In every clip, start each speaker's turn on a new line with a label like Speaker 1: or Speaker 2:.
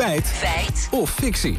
Speaker 1: Feit of fictie?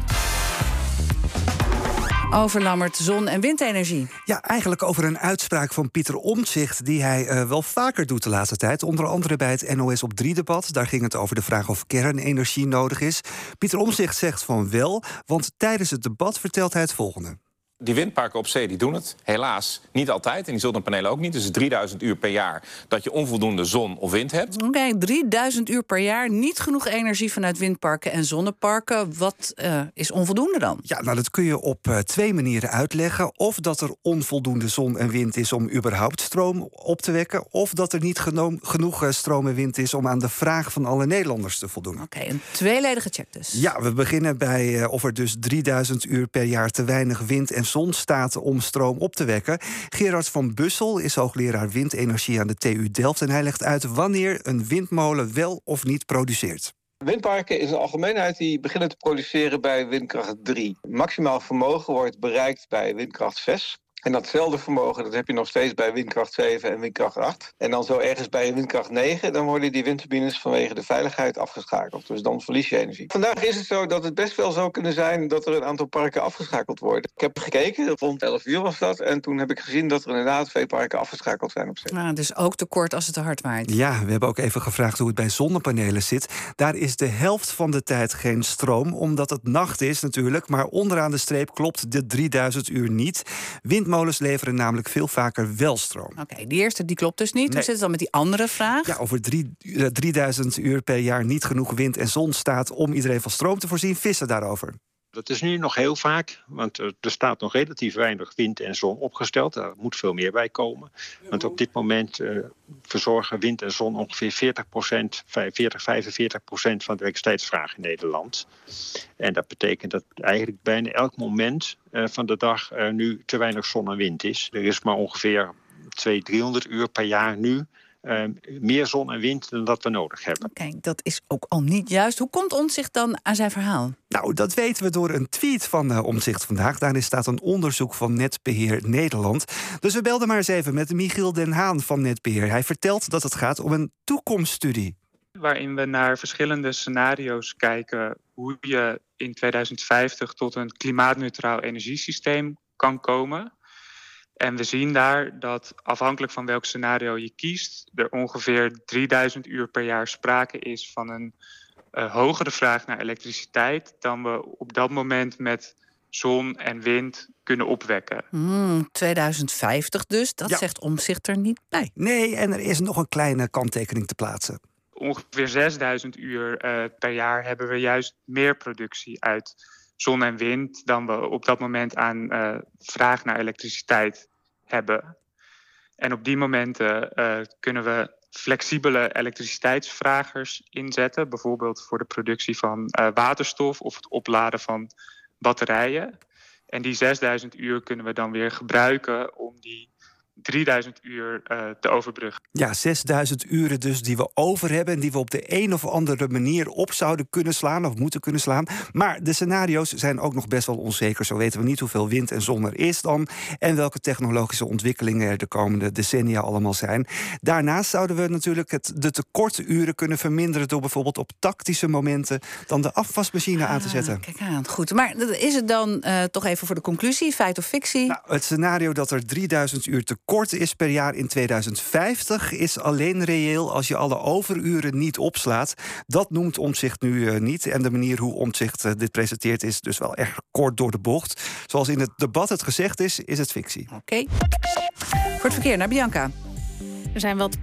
Speaker 2: Over Lammert, zon- en windenergie.
Speaker 3: Ja, eigenlijk over een uitspraak van Pieter Omtzigt die hij wel vaker doet de laatste tijd. Onder andere bij het NOS op 3-debat. Daar ging het over de vraag of kernenergie nodig is. Pieter Omtzigt zegt van wel, want tijdens het debat vertelt hij het volgende.
Speaker 4: Die windparken op zee die doen het helaas niet altijd. En die zonnepanelen ook niet. Dus 3000 uur per jaar dat je onvoldoende zon of wind hebt.
Speaker 2: Oké, 3000 uur per jaar. Niet genoeg energie vanuit windparken en zonneparken. Wat is onvoldoende dan?
Speaker 3: Ja, nou dat kun je op twee manieren uitleggen. Of dat er onvoldoende zon en wind is om überhaupt stroom op te wekken. Of dat er niet genoeg stroom en wind is om aan de vraag van alle Nederlanders te voldoen.
Speaker 2: Oké, een tweeledige check dus.
Speaker 3: Ja, we beginnen bij of er dus 3000 uur per jaar te weinig wind en zon staat om stroom op te wekken. Gerard van Bussel is hoogleraar windenergie aan de TU Delft en hij legt uit wanneer een windmolen wel of niet produceert.
Speaker 5: Windparken in zijn algemeenheid die beginnen te produceren bij windkracht 3. Maximaal vermogen wordt bereikt bij windkracht 6. En datzelfde vermogen dat heb je nog steeds bij windkracht 7 en windkracht 8. En dan zo ergens bij windkracht 9... dan worden die windturbines vanwege de veiligheid afgeschakeld. Dus dan verlies je energie. Vandaag is het zo dat het best wel zou kunnen zijn dat er een aantal parken afgeschakeld worden. Ik heb gekeken, rond 11 uur was dat. En toen heb ik gezien dat er inderdaad 2 parken afgeschakeld zijn op zee.
Speaker 2: Dus ook te kort als het te hard waait.
Speaker 3: Ja, we hebben ook even gevraagd hoe het bij zonnepanelen zit. Daar is de helft van de tijd geen stroom, omdat het nacht is natuurlijk. Maar onderaan de streep klopt de 3000 uur niet. Windmolens leveren namelijk veel vaker wel stroom.
Speaker 2: Oké, die eerste die klopt dus niet.
Speaker 3: Nee.
Speaker 2: Hoe zit het dan met die andere vraag?
Speaker 3: Ja, over 3000 uur per jaar niet genoeg wind en zon staat om iedereen van stroom te voorzien. Vissen daarover.
Speaker 6: Dat is nu nog heel vaak, want er staat nog relatief weinig wind en zon opgesteld. Daar moet veel meer bij komen. Want op dit moment verzorgen wind en zon ongeveer 45% van de elektriciteitsvraag in Nederland. En dat betekent dat eigenlijk bijna elk moment van de dag nu te weinig zon en wind is. Er is maar ongeveer 200-300 uur per jaar nu meer zon en wind dan dat we nodig hebben.
Speaker 2: Oké, dat is ook al niet juist. Hoe komt Omtzigt dan aan zijn verhaal?
Speaker 3: Nou, dat weten we door een tweet van Omtzigt vandaag. Daarin staat een onderzoek van Netbeheer Nederland. Dus we belden maar eens even met Michiel Den Haan van Netbeheer. Hij vertelt dat het gaat om een toekomststudie.
Speaker 7: Waarin we naar verschillende scenario's kijken hoe je in 2050 tot een klimaatneutraal energiesysteem kan komen. En we zien daar dat afhankelijk van welk scenario je kiest, er ongeveer 3000 uur per jaar sprake is van een hogere vraag naar elektriciteit dan we op dat moment met zon en wind kunnen opwekken.
Speaker 2: 2050 dus, dat zegt Omtzigt er niet bij.
Speaker 3: Nee, en er is nog een kleine kanttekening te plaatsen.
Speaker 7: Ongeveer 6000 uur per jaar hebben we juist meer productie uit zon en wind dan we op dat moment aan vraag naar elektriciteit hebben. En op die momenten kunnen we flexibele elektriciteitsvragers inzetten, bijvoorbeeld voor de productie van waterstof of het opladen van batterijen. En die 6000 uur kunnen we dan weer gebruiken om die 3000 uur te overbruggen.
Speaker 3: Ja, 6000 uren dus die we over hebben en die we op de een of andere manier op zouden kunnen slaan of moeten kunnen slaan. Maar de scenario's zijn ook nog best wel onzeker. Zo weten we niet hoeveel wind en zon er is dan en welke technologische ontwikkelingen er de komende decennia allemaal zijn. Daarnaast zouden we natuurlijk de tekorturen kunnen verminderen door bijvoorbeeld op tactische momenten dan de afwasmachine aan te zetten.
Speaker 2: Kijk aan, goed. Maar is het dan toch even voor de conclusie, feit of fictie?
Speaker 3: Nou, het scenario dat er 3000 uur tekort is per jaar in 2050 is alleen reëel als je alle overuren niet opslaat. Dat noemt Omtzigt nu niet. En de manier hoe Omtzigt dit presenteert is dus wel erg kort door de bocht. Zoals in het debat het gezegd is het fictie.
Speaker 2: Oké. Voor het verkeer naar Bianca.
Speaker 8: Er zijn wat